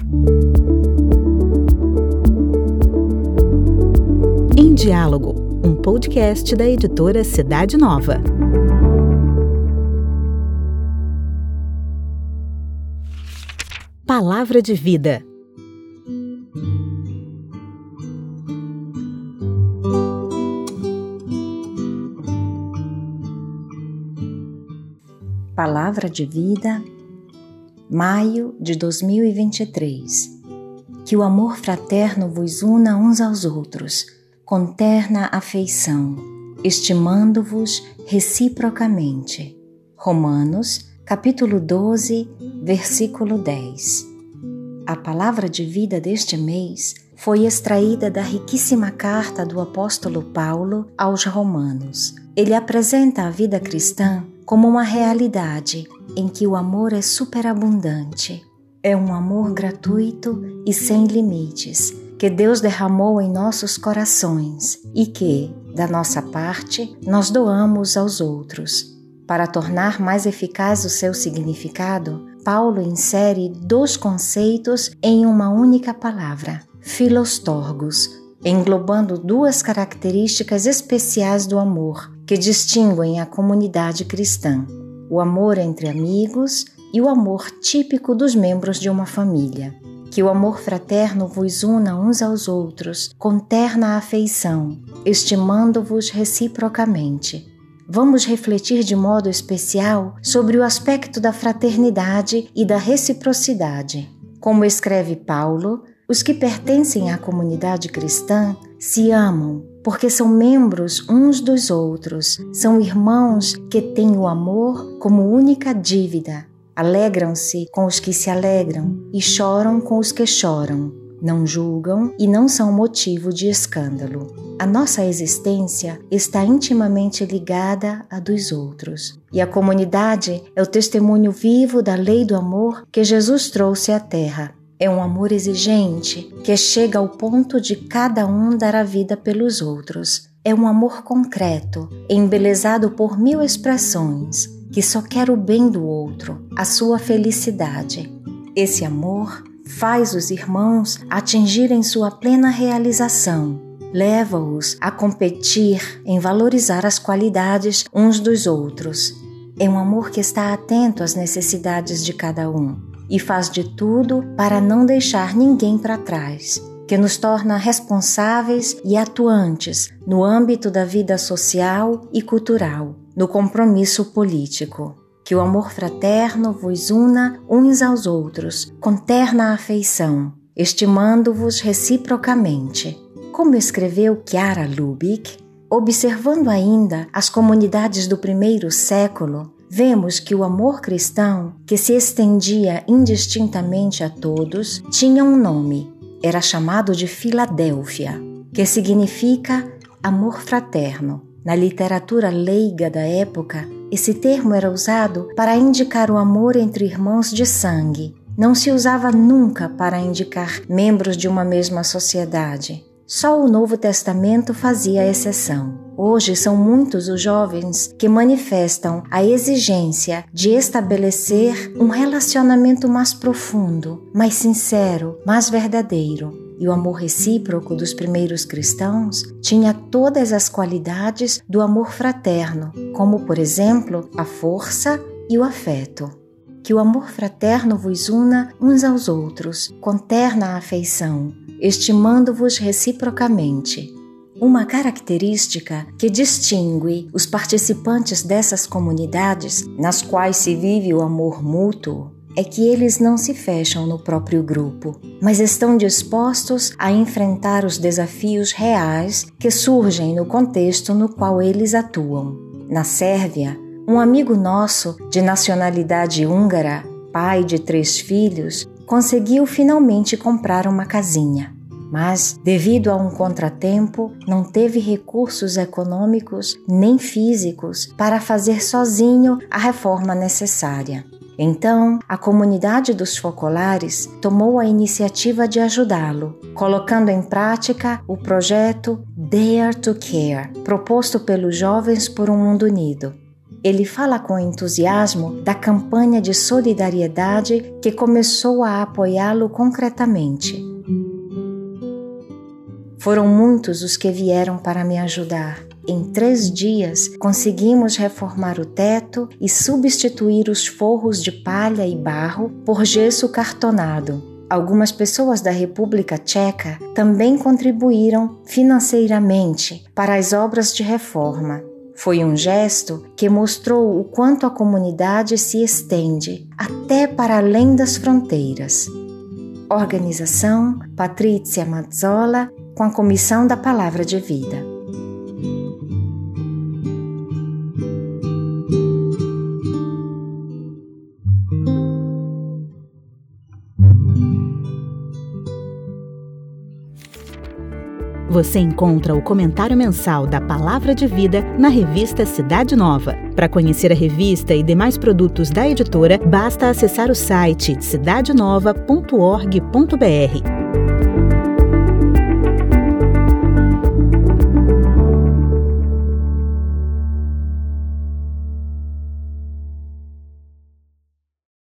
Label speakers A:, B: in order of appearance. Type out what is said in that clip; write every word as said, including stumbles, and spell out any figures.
A: Em Diálogo, um podcast da editora Cidade Nova. Palavra de Vida.
B: Palavra de Vida, maio de dois mil e vinte e três. Que o amor fraterno vos una uns aos outros, com terna afeição, estimando-vos reciprocamente. Romanos, capítulo doze, versículo dez. A palavra de vida deste mês foi extraída da riquíssima carta do apóstolo Paulo aos Romanos. Ele apresenta a vida cristã como uma realidade em que o amor é superabundante. É um amor gratuito e sem limites, que Deus derramou em nossos corações e que, da nossa parte, nós doamos aos outros. Para tornar mais eficaz o seu significado, Paulo insere dois conceitos em uma única palavra, filostorgos, englobando duas características especiais do amor que distinguem a comunidade cristã: o amor entre amigos e o amor típico dos membros de uma família. Que o amor fraterno vos una uns aos outros com terna afeição, estimando-vos reciprocamente. Vamos refletir de modo especial sobre o aspecto da fraternidade e da reciprocidade. Como escreve Paulo, os que pertencem à comunidade cristã se amam porque são membros uns dos outros, são irmãos que têm o amor como única dívida. Alegram-se com os que se alegram e choram com os que choram. Não julgam e não são motivo de escândalo. A nossa existência está intimamente ligada à dos outros. E a comunidade é o testemunho vivo da lei do amor que Jesus trouxe à terra. É um amor exigente que chega ao ponto de cada um dar a vida pelos outros. É um amor concreto, embelezado por mil expressões, que só quer o bem do outro, a sua felicidade. Esse amor faz os irmãos atingirem sua plena realização, leva-os a competir em valorizar as qualidades uns dos outros. É um amor que está atento às necessidades de cada um e faz de tudo para não deixar ninguém para trás, que nos torna responsáveis e atuantes no âmbito da vida social e cultural, no compromisso político. Que o amor fraterno vos una uns aos outros, com terna afeição, estimando-vos reciprocamente. Como escreveu Chiara Lubich, observando ainda as comunidades do primeiro século, vemos que o amor cristão, que se estendia indistintamente a todos, tinha um nome. Era chamado de Filadélfia, que significa amor fraterno. Na literatura leiga da época, esse termo era usado para indicar o amor entre irmãos de sangue. Não se usava nunca para indicar membros de uma mesma sociedade. Só o Novo Testamento fazia exceção. Hoje são muitos os jovens que manifestam a exigência de estabelecer um relacionamento mais profundo, mais sincero, mais verdadeiro. E o amor recíproco dos primeiros cristãos tinha todas as qualidades do amor fraterno, como, por exemplo, a força e o afeto. Que o amor fraterno vos una uns aos outros, com terna afeição, estimando-vos reciprocamente. Uma característica que distingue os participantes dessas comunidades, nas quais se vive o amor mútuo, é que eles não se fecham no próprio grupo, mas estão dispostos a enfrentar os desafios reais que surgem no contexto no qual eles atuam. Na Sérvia, um amigo nosso, de nacionalidade húngara, pai de três filhos, conseguiu finalmente comprar uma casinha. Mas, devido a um contratempo, não teve recursos econômicos nem físicos para fazer sozinho a reforma necessária. Então, a comunidade dos focolares tomou a iniciativa de ajudá-lo, colocando em prática o projeto Dare to Care, proposto pelos Jovens por um Mundo Unido. ele fala com entusiasmo da campanha de solidariedade que começou a apoiá-lo concretamente. Foram muitos os que vieram para me ajudar. Em três dias, conseguimos reformar o teto e substituir os forros de palha e barro por gesso cartonado. Algumas pessoas da República Tcheca também contribuíram financeiramente para as obras de reforma. Foi um gesto que mostrou o quanto a comunidade se estende até para além das fronteiras. Organização Patrícia Mazzola, com a Comissão da Palavra de Vida.
A: Você encontra o comentário mensal da Palavra de Vida na revista Cidade Nova. Para conhecer a revista e demais produtos da editora, basta acessar o site cidade nova ponto org ponto br.